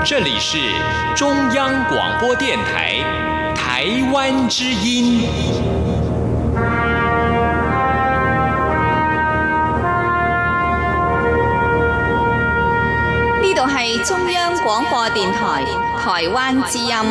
这里是中央广播电台台湾之音。 呢度係中央廣播電台台灣之音。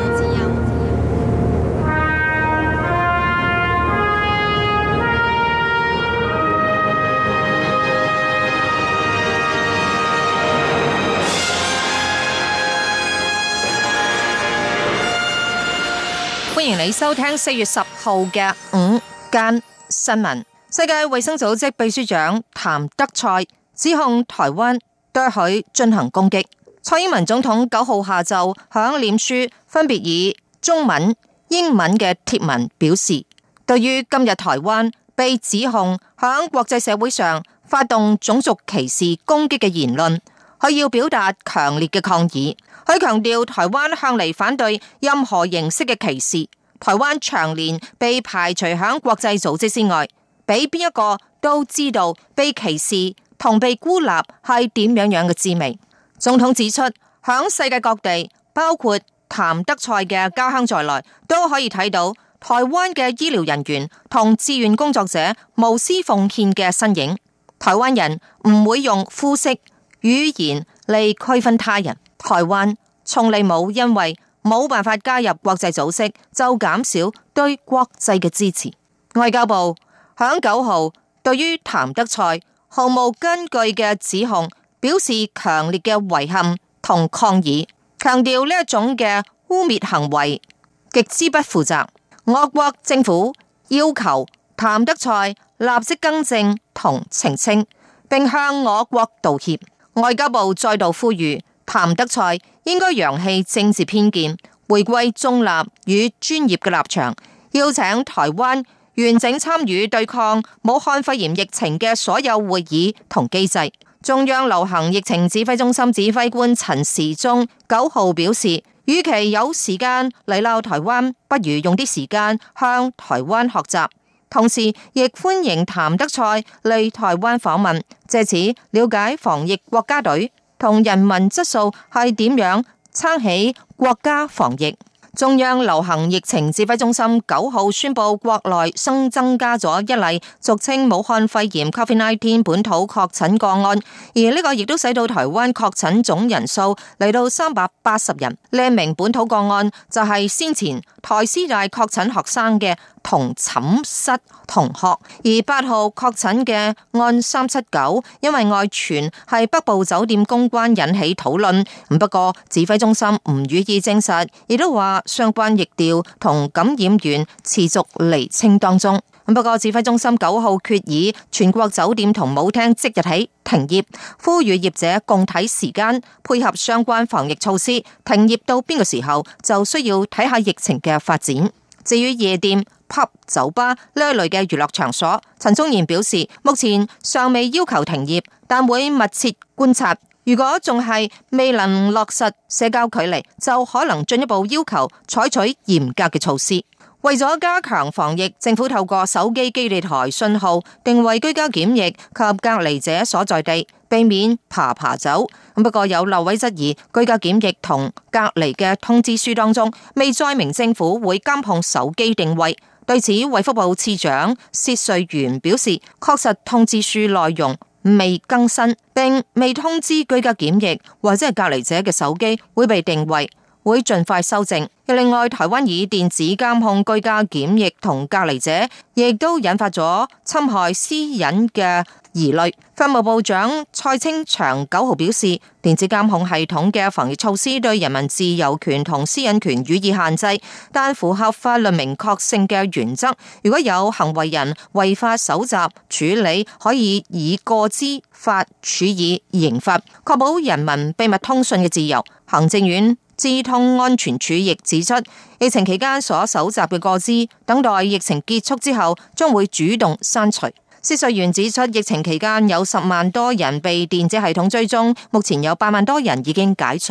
歡迎你收聽4月10號嘅午間新聞。世界衛生組織秘書長譚德塞指控台灣對佢進行攻擊。蔡英文總統9號下晝響臉書分別以中文、英文嘅貼文表示，對於今日台灣被指控響國際社會上發動種族歧視攻擊嘅言論，佢要表達強烈嘅抗議。佢強調台灣向嚟反對任何形式嘅歧視，台灣長年被排除響國際組織之外，比邊一個都知道被歧視同被孤立係點樣嘅滋味。總統指出，響世界各地，包括譚德塞嘅家鄉在內，都可以睇到台灣嘅醫療人員同志願工作者無私奉獻嘅身影。台灣人唔會用膚色、語言嚟區分他人。台灣從嚟冇因為冇辦法加入國際組織就減少對國際嘅支持。外交部響9號對於譚德塞毫無根據嘅指控表示強烈嘅遺憾同抗議，強調呢一種嘅污衊行為極之不負責。我國政府要求譚德塞立即更正同澄清，並向我國道歉。外交部再度呼籲譚德塞應該揚棄政治偏見，回歸中立與專業嘅立場，邀請台灣完整參與對抗武漢肺炎疫情嘅所有會議同機制。中央流行疫情指揮中心指揮官陳時中9號表示，與其有時間嚟鬧台灣，不如用啲時間向台灣學習。同時亦歡迎譚德塞嚟台灣訪問，借此了解防疫國家隊同人民質素係點樣撐起國家防疫。中央流行疫情指揮中心9號宣布，國內新增加咗一例俗稱武漢肺炎 COVID-19 本土確診個案，而呢個亦都使到台灣確診總人數嚟到380人。呢名本土個案就係先前台師大確診學生嘅同寢室同學，而8號確診嘅案379，因為外傳係北部酒店公關引起討論。不過指揮中心唔予以證實，亦都話相關疫調同感染源持續釐清當中。不過指揮中心9號決議，全國酒店同舞廳即日起停業，呼籲業者共體時間，配合相關防疫措施。停業到邊個時候就需要睇下疫情嘅發展。至於夜店、pub、酒吧呢一類嘅娛樂場所，陳宗彥表示，目前尚未要求停業，但會密切觀察。如果仲係未能落實社交距離，就可能進一步要求採取嚴格嘅措施。為咗加強防疫，政府透過手機基地台訊號定位居家檢疫及隔離者所在地，避免爬走。不過有立委質疑，居家檢疫同隔離嘅通知書當中未載明政府會監控手機定位。對此，衛福部次長薛瑞元表示，確實通知書內容未更新，並未通知居家檢疫或者係隔離者嘅手機會被定位，會盡快修正。另外，台灣以電子監控居家檢疫同隔離者，亦都引發咗侵害私隱嘅疑慮。法務部長蔡清祥9號表示，電子監控系統嘅防疫措施對人民自由權同私隱權予以限制，但符合法律明確性嘅原則。如果有行為人違法搜集處理，可以以個資法處以刑罰，確保人民秘密通訊嘅自由。行政院資通安全處亦指出，疫情期間所搜集嘅個資，等待疫情結束之後，將會主動刪除。薛瑞元指出，疫情期間有10萬多人被電子系統追蹤，目前有8萬多人已經解除。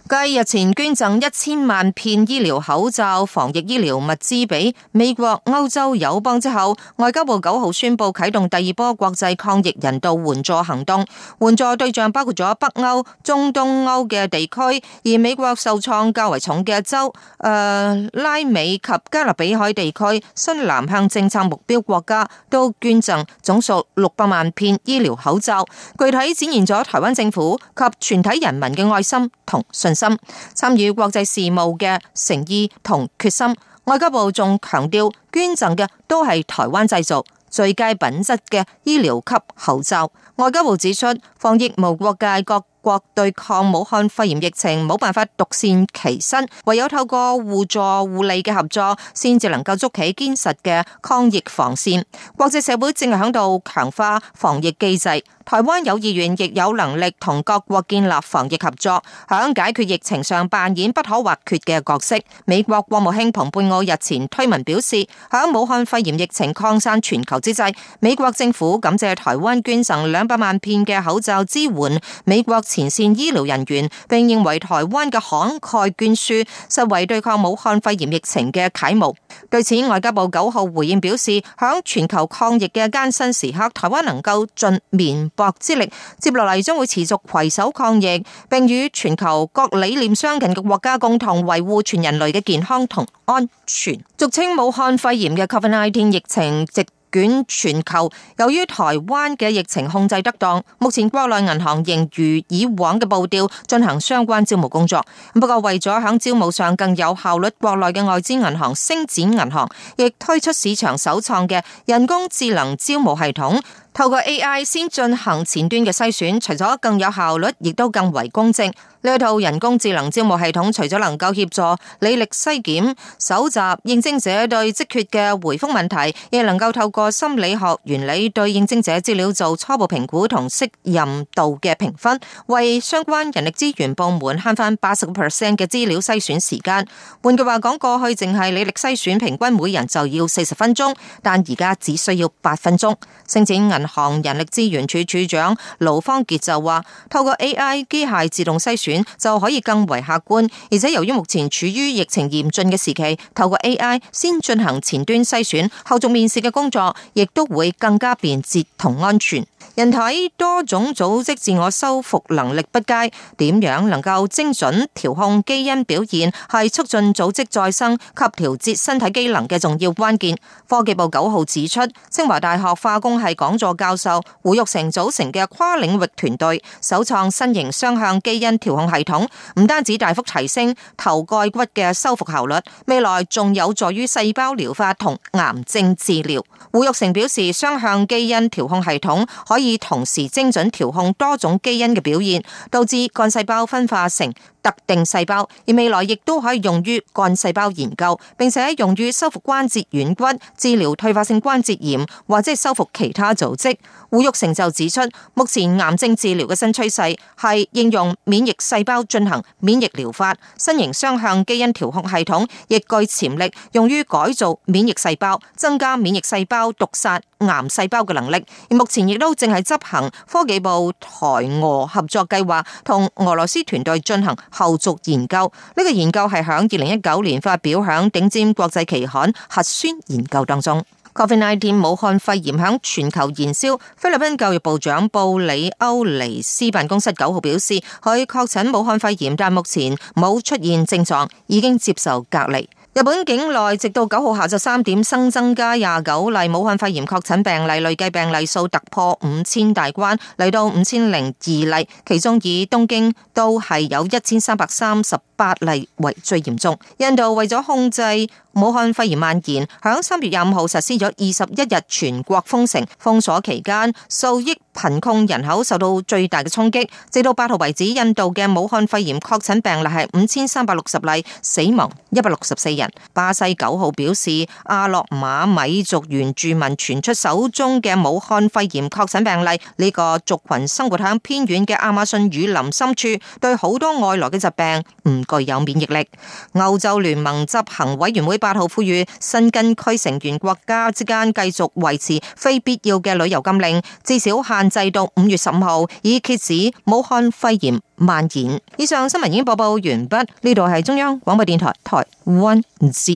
繼日前捐贈1000萬片醫療口罩、防疫醫療物資俾美國、歐洲友邦之後，外交部9號宣布啟動第二波國際抗疫人道援助行動，援助對象包括咗北歐、中東歐嘅地區，而美國受創較為重嘅州、拉美及加勒比海地區、新南向政策目標國家都捐贈總數600萬片醫療口罩，具體展現咗台灣政府及全體人民嘅愛心同信心，參與國際事務嘅誠意同決心。外交部仲強調，捐贈嘅都係台灣製造、最佳品質嘅醫療級口罩。外交部指出，防疫無國界，各國對抗武漢肺炎疫情冇辦法獨善其身，唯有透過互助互利嘅合作，先至能夠築起堅實嘅抗疫防線。國際社會正係響度強化防疫機制。台灣有意願亦有能力同各國建立防疫合作，響解決疫情上扮演不可或缺嘅角色。美國國務卿蓬佩奧日前推文表示，響武漢肺炎疫情擴散全球之際，美國政府感謝台灣捐贈200萬片嘅口罩支援美國前線醫療人員，並認為台灣嘅慷慨捐輸實為對抗武漢肺炎疫情嘅楷模。對此，外交部9號回應表示，響全球抗疫嘅艱辛時刻，台灣能夠盡綿薄之力，接落嚟將會持續攜手抗疫，並與全球各理念相近嘅國家共同維護全人類嘅健康同安全。俗稱武漢肺炎嘅 COVID-19 疫情席捲全球，由於台灣嘅疫情控制得當，目前國內銀行仍如以往嘅步調進行相關招募工作。不過為咗喺招募上更有效率，國內嘅外資銀行星展銀行亦推出市場首創嘅人工智能招募系統。透過 AI 先進行前端嘅篩選，除咗更有效率，亦都更為公正。呢一套人工智能招募系統，除咗能夠協助履歷篩檢、搜集應徵者對職缺嘅回覆問題，亦能夠透過心理學原理對應徵者資料做初步評估同適任度嘅評分，為相關人力資源部門慳翻80% 嘅資料篩選時間。換句話講，過去淨係履歷篩選，平均每人就要40分鐘，但而家只需要8分鐘。星展銀行人力資源處處長盧芳傑就話，透過 AI 機械自動篩選就可以更為客觀，而且由於目前處於疫情嚴峻嘅時期，透過 AI 先進行前端篩選，後續面試嘅工作亦都會更加便捷同安全。人體多種組織自我修復能力不佳，點樣能夠精準調控基因表現，係促進組織再生及調節身體機能嘅重要關鍵。科技部9號指出，清華大學化工系講座教授胡玉成組成嘅跨領域團隊，首創新型雙向基因調控系統，唔單止大幅提升頭蓋骨嘅修復效率，未來仲有助於細胞療法同癌症治療。胡玉成表示，雙向基因調控系統可以同時精準調控多種基因嘅表現，導致幹細胞分化成特定細胞，而未來亦都可以用於幹細胞研究，並且用於修復關節軟骨、治療退化性關節炎或者係修復其他組織。胡玉成就指出，目前癌症治療嘅新趨勢係應用免疫細胞進行免疫療法，新型雙向基因調控系統亦具潛力用於改造免疫細胞，增加免疫細胞毒殺癌細胞嘅能力。而目前亦都正係執行科技部台俄合作計劃，同俄羅斯團隊進行後續研究。呢個研究係響2019年發表響頂尖國際期刊核酸研究當中。COVID-19 武漢肺炎響全球燃燒，菲律賓教育部長布里歐尼斯辦公室9號表示，佢確診武漢肺炎，但目前冇出現症狀，已經接受隔離。日本境內直到9號下晝3點新增加29例武漢肺炎確診病例，累計病例數突破5000大關，嚟到5002例，其中以東京都係有1338例為最嚴重。印度為咗控制武漢肺炎蔓延，響3月25號實施咗21日全國封城，封鎖期間數億貧困人口受到最大嘅衝擊。直到8號為止，印度嘅武漢肺炎確診病例係5360例，死亡164人。巴西9號表示，阿洛馬米族原住民傳出手中嘅武漢肺炎確診病例，呢個族群生活喺偏遠嘅亞馬遜雨林深處，對好多外來嘅疾病唔具有免疫力。歐洲聯盟執行委員會 8號呼籲申根區成員國家之間繼續維持非必要嘅旅遊禁令，至少限制到5月15號，以遏止武漢肺炎蔓延。以上新聞已經播報完畢，呢度係中央廣播電台台灣之